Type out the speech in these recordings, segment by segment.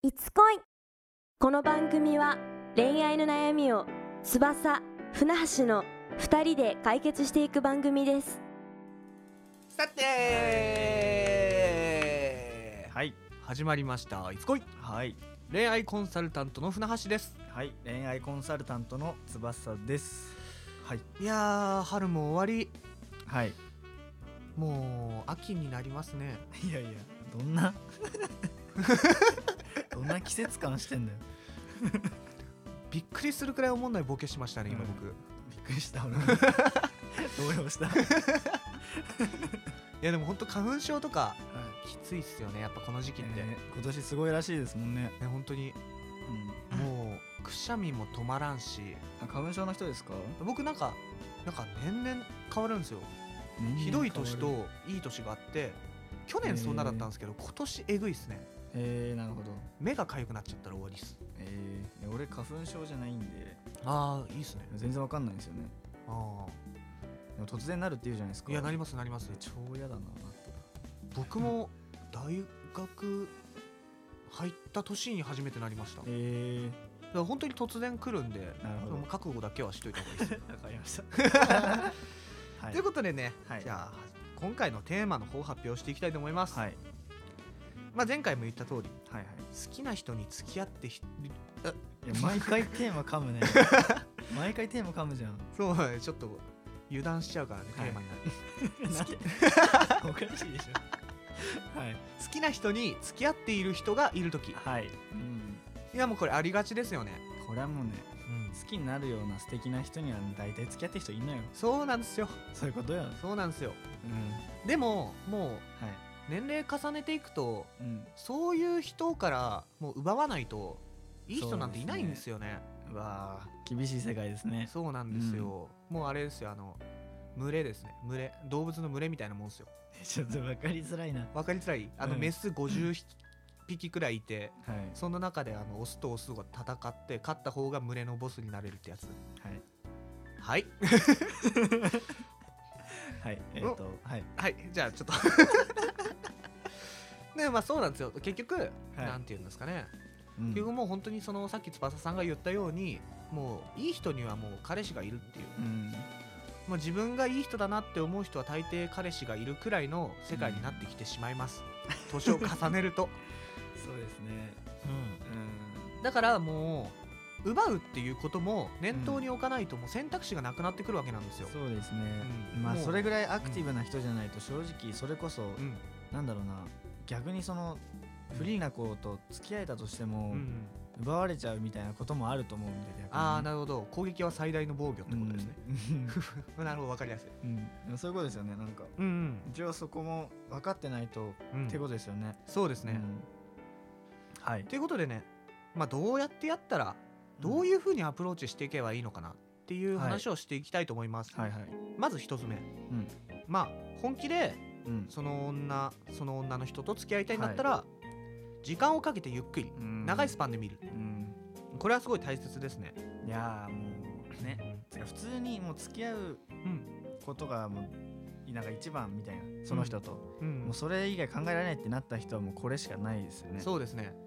いつ恋。この番組は恋愛の悩みを翼、船橋の2人で解決していく番組です。 さてはい、 始まりましたいつ恋。 はい、 恋愛コンサルタントの船橋です。 はい、恋愛コンサルタントの翼です。はい、 いやー、春も終わり、 はい、 もう秋になりますね。 いやいや、どんなどんな季節感してんだよ。 びっくりするくらいおもんないボケしましたね、今僕。 びっくりした俺も動揺した。 いやでもほんと花粉症とかきついっすよね、やっぱこの時期って、 今年すごいらしいですもんね。 ね、本当にもうくしゃみも止まらんし、 花粉症の人ですか？ 僕なんか年々変わるんですよ。ひどい年といい年があって、去年そんなだったんですけど、今年えぐいっすね。 なるほど。 目が痒くなっちゃったら終わりっす。 俺花粉症じゃないんで、 ああいいっすね。 全然わかんないんですよね。 あでも突然なるって言うじゃないですか。 いや、なりますなります。 超嫌だな、なったら。 僕も大学入った年に初めてなりました。だから本当に突然来るんで、 なるほど、 もう覚悟だけはしといた方がいいです。 わかりました。はい、 ということでね、 はい、 じゃあ今回のテーマの方を発表していきたいと思います。 はい、 前回も言った通り、 はいはい、 好きな人に付き合っていや毎回テーマ噛むね。毎回テーマ噛むじゃん。 そうね、ちょっと油断しちゃうからね、テーマになる。 おかしいでしょ。はい、 好きな人に付き合っている人がいるとき、 はい、 いやもうこれありがちですよね。 これはもうね、好きになるような素敵な人には大体付き合ってる人いんのよ。 そうなんですよ。 そういうことよ。 そうなんですよ。でももう年齢重ねていくと、そういう人からもう奪わないといい人なんていないんですよね。 うわー、厳しい世界ですね。 そうなんですよ。もうあれですよ、群れですね。群れ、動物の群れみたいなもんですよ。 ちょっと分かりづらいな。 分かりづらい。メス50匹くらいいて、その中でオスとオスが戦って勝った方が群れのボスになれるってやつ。はいはいはいじゃあちょっとね、まあそうなんですよ。結局、なんていうんですかね、結局もう本当にそのさっき翼さんが言ったように、もういい人にはもう彼氏がいるっていう、もう自分がいい人だなって思う人は大抵彼氏がいるくらいの世界になってきてしまいます、年を重ねると。 そうですね。 だからもう奪うっていうことも念頭に置かないと、もう選択肢がなくなってくるわけなんですよ。 そうですね。まあそれぐらいアクティブな人じゃないと正直それこそ、なんだろうな、逆にそのフリーな子と付き合えたとしても奪われちゃうみたいなこともあると思うんで、逆に。 ああ、なるほど。攻撃は最大の防御ってことですね。なるほど、分かりやすい。 そういうことですよね。なんか一応そこも分かってないとってことですよね。 そうですね。 はい。 ということでね、まあどうやってやったらどういう風にアプローチしていけばいいのかなっていう話をしていきたいと思います。まず一つ目、まあ本気でその女の人と付き合いたいんだったら、時間をかけてゆっくり長いスパンで見る、これはすごい大切ですね。 いやもうね、普通にもう付き合うことがもうなんか一番みたいな、その人と、もうそれ以外考えられないってなった人はもうこれしかないですよね。 そうですね。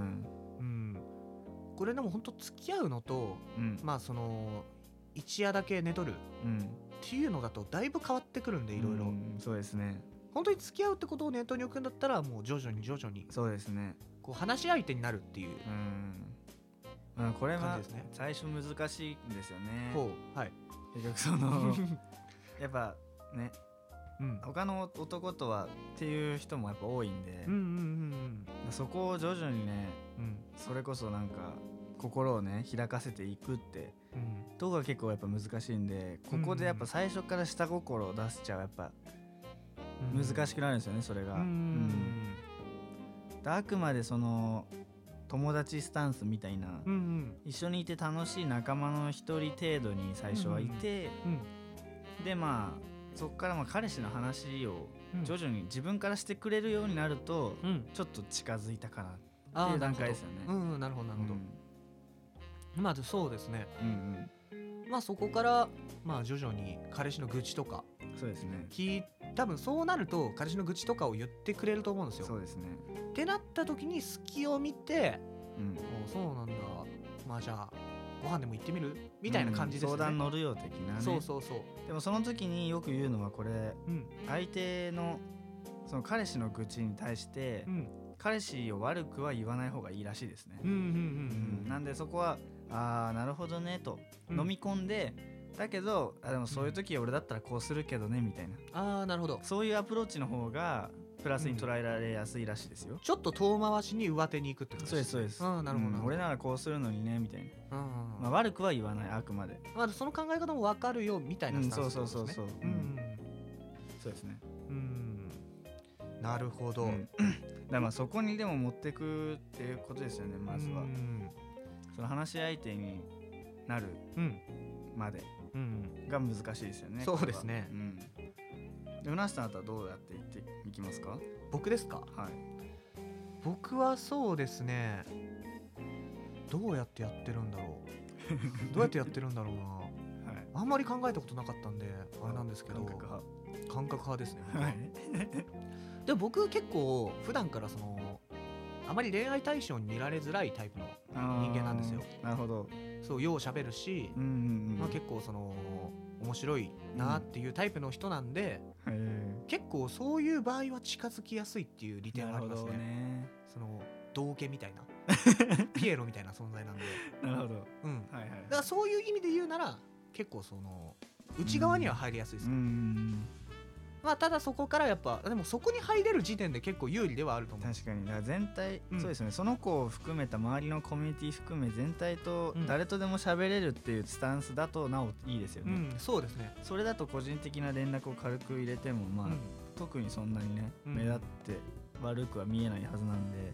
これでも本当付き合うのと、まあその一夜だけ寝とるっていうのだとだいぶ変わってくるんで、いろいろ。 そうですね。 本当に付き合うってことを念頭に置くんだったら、もう徐々にそうですね、 こう話し相手になるっていう。 これは最初難しいんですよね。結局そのやっぱね、他の男とはっていう人もやっぱ多いんで、そこを徐々にね、それこそなんか心をね開かせていくってとこが結構やっぱ難しいんで、ここでやっぱ最初から下心を出しちゃうやっぱ難しくなるんですよね、それが。あくまでその友達スタンスみたいな、一緒にいて楽しい仲間の一人程度に最初はいて、でまあそこからまあ彼氏の話を徐々に自分からしてくれるようになると、ちょっと近づいたかなっていう段階ですよね。 なるほどなるほど。まずそうですね。まあそこからまあ徐々に彼氏の愚痴とかそうですね聞い多分そうなると彼氏の愚痴とかを言ってくれると思うんですよ。 そうですね。 ってなった時に隙を見て、そうなんだ、まあじゃあご飯でも行ってみるみたいな感じですね。 相談乗るよ的なね。 そうそうそう。 でもその時によく言うのはこれ、相手のその彼氏の愚痴に対して、彼氏を悪くは言わない方がいいらしいですね。なんでそこはなるほどねと飲み込んで、だけどでもそういう時俺だったらこうするけどねみたいな、なるほど、 そういうアプローチの方がプラスに捉えられやすいらしいですよ。 ちょっと遠回しに上手に行くってことですね。 そうですそうです。 なるほど、 俺ならこうするのにねみたいな、悪くは言わない、あくまで。 その考え方も分かるよみたいなスタンスですね。 そうそうですね。 なるほど。 だからそこにでも持ってくっていうことですよね。まずはその話し相手になるまでが難しいですよね。 そうですね。 うなしさんだったらどうやって言っていきますか？ 僕ですか？ はい。 僕はそうですね、どうやってやってるんだろうどうやってやってるんだろうな、あんまり考えたことなかったんであれなんですけど、感覚派ですね。でも僕結構普段からそのあまり恋愛対象に見られづらいタイプの人間なんですよ。 なるほど。 そうよう喋るし、結構その面白いなっていうタイプの人なんで、結構そういう場合は近づきやすいっていう利点がありますね。その道化みたいなピエロみたいな存在なんで。 なるほど。 だからそういう意味で言うなら結構その内側には入りやすいですね。ただそこからやっぱでもそこに入れる時点で結構有利ではあると思う。 確かに。だから全体、そうですね、その子を含めた周りのコミュニティ含め全体と誰とでも喋れるっていうスタンスだとなおいいですよね。 そうですね。 それだと個人的な連絡を軽く入れても特にそんなにね、目立って悪くは見えないはずなんで、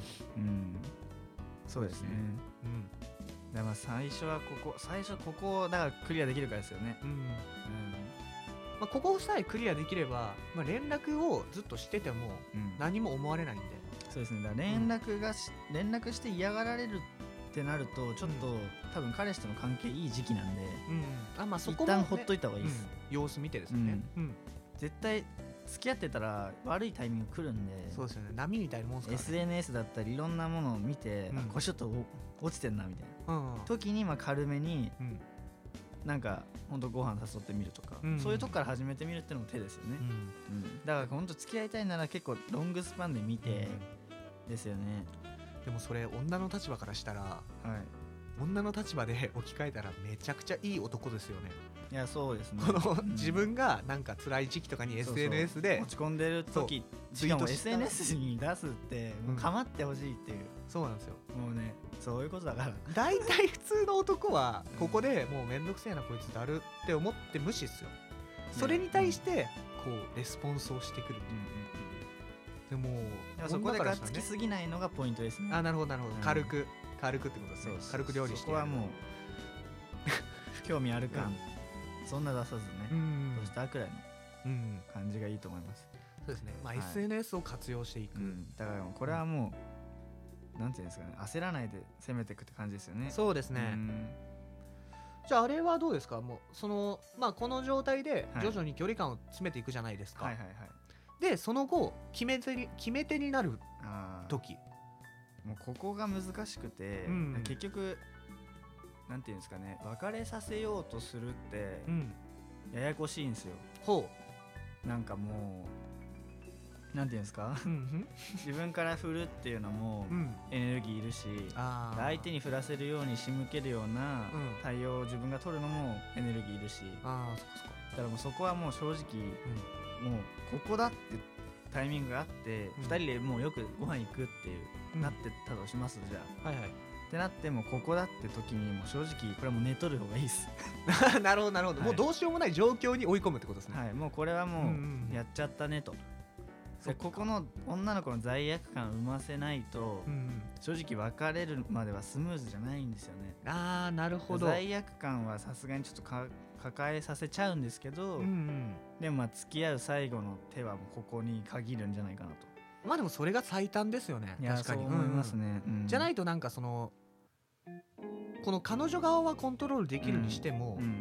そうですね。だから最初ここをだからクリアできるかですよね。 ここさえクリアできれば、連絡をずっとしてても何も思われないんで。 そうですね。だから連絡して嫌がられるってなるとちょっと多分彼氏との関係いい時期なんで、 そこも一旦ほっといた方がいいです。 様子見てですよね。 絶対付き合ってたら悪いタイミング来るんで。 そうですよね。波みたいなもんですからね。 SNS だったりいろんなものを見て、これちょっと落ちてんなみたいな時に軽めになんかほんとご飯誘ってみるとか、そういうとこから始めてみるってのも手ですよね。だからほんと付き合いたいなら結構ロングスパンで見てですよね。 でもそれ女の立場からしたら、女の立場で置き換えたらめちゃくちゃいい男ですよね。 いやそうですね。 この自分がなんか辛い時期とかに SNS で落ち込んでる時、しかも SNS に出すってもう構ってほしいっていう。 そうなんですよ。 もうね、そういうことだから。 大体普通の男はここでもうめんどくせえなこいつだるって思って無視っすよ。それに対してこうレスポンスをしてくる。でもそこでがっつきすぎないのがポイントですね。 なるほどなるほど。軽くってことですね。軽く料理して。 そこはもう不興味ある感そんな出さずね、そしたくらいの感じがいいと思います。 そうですね。SNS を活用していく。 だからこれはもうなんていうんですかね、焦らないで攻めていくって感じですよね。 そうですね。じゃああれはどうですか？もうそのこの状態で徐々に距離感を詰めていくじゃないですか。でその後決め手になる時、 もうここが難しくて、結局なんていうんですかね、別れさせようとするってややこしいんですよ。なんかもうなんていうんですか自分から振るっていうのもエネルギーいるし、相手に振らせるように仕向けるような対応を自分が取るのもエネルギーいるし、だからもうそこはもう正直、もうここだってタイミングがあって、2人でもうよくご飯行くっていうなってたとします。じゃあってなってもここだって時にもう正直これはもう寝とる方がいいですなるほどなるほど、もうどうしようもない状況に追い込むってことですね。 もうこれはもうやっちゃったねと。ここの女の子の罪悪感を生ませないと、正直別れるまではスムーズじゃないんですよね。 なるほど。 罪悪感はさすがにちょっと抱えさせちゃうんですけど、でも付き合う最後の手はもうここに限るんじゃないかなと。 でもそれが最短ですよね。確かにそう思いますね。 じゃないとなんかそのこの彼女側はコントロールできるにしても、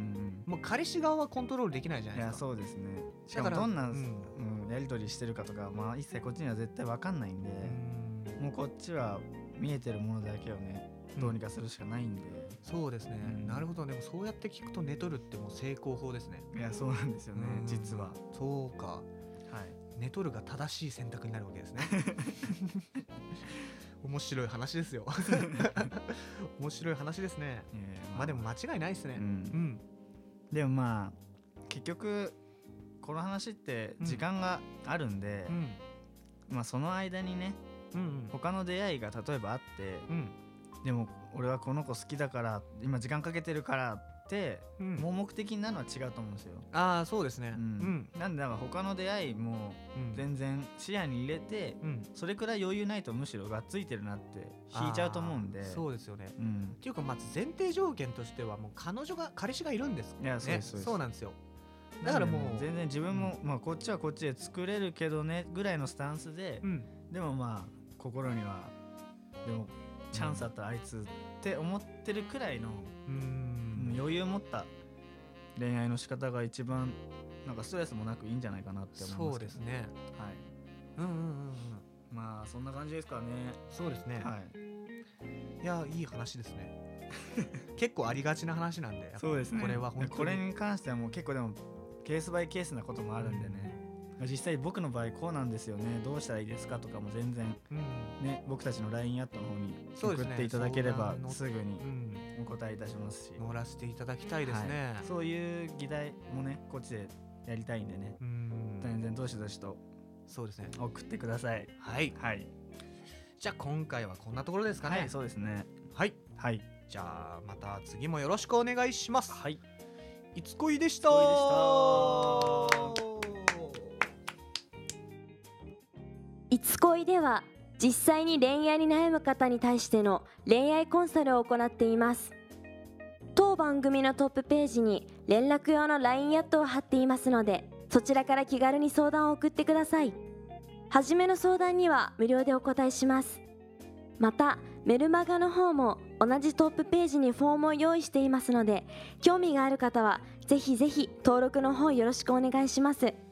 もう彼氏側はコントロールできないじゃないですか。 いやそうですね。しかもどんな、やり取りしてるかとか、まあ、一切こっちには絶対分かんないんで、もうこっちは見えてるものだけをねどうにかするしかないんで、 そうですね、なるほど。でもそうやって聞くと寝取るってもう成功法ですね。 いやそうなんですよね、実は。 そうか、 はい、 寝取るが正しい選択になるわけですね。面白い話ですよ。面白い話ですね。まあでも間違いないですね。 でもまあ結局この話って時間があるんで、まあその間にね、他の出会いが例えばあって、でも俺はこの子好きだから今時間かけてるからってもう目的になるのは違うと思うんですよ。 ああそうですね。 なんでだから他の出会いも全然視野に入れて、それくらい余裕ないとむしろがっついてるなって引いちゃうと思うんで。 そうですよね。っていうかまず前提条件としてはもう彼氏がいるんです。 いやそうなんですよ。だからもう全然自分もまあこっちはこっちで作れるけどねぐらいのスタンスで、でもまあ心にはでもチャンスあったらあいつって思ってるくらいの余裕を持った恋愛の仕方が一番なんかストレスもなくいいんじゃないかなって思いますけど。 そうですね。 はい。まあそんな感じですかね。 そうですね。 はい。 いやいい話ですね。結構ありがちな話なんで。 そうですね。 これは本当にこれに関してはもう結構でもケースバイケースなこともあるんでね。実際僕の場合こうなんですよね、どうしたらいいですかとかも全然、ね、僕たちの LINE アットの方に送っていただければすぐにお答えいたしますし、 乗らせていただきたいですね。 そういう議題もねこっちでやりたいんでね、全然どしどしとそうですね送ってください。 はい、じゃあ今回はこんなところですかね。 はい、そうですね。 はい、じゃあまた次もよろしくお願いします。 はい、 いつこいでした。 いつ恋では実際に恋愛に悩む方に対しての恋愛コンサルを行っています。当番組のトップページに連絡用の LINE アットを貼っていますので、そちらから気軽に相談を送ってください。初めの相談には無料でお答えします。またメルマガの方も同じトップページにフォームを用意していますので、興味がある方はぜひぜひ登録の方よろしくお願いします。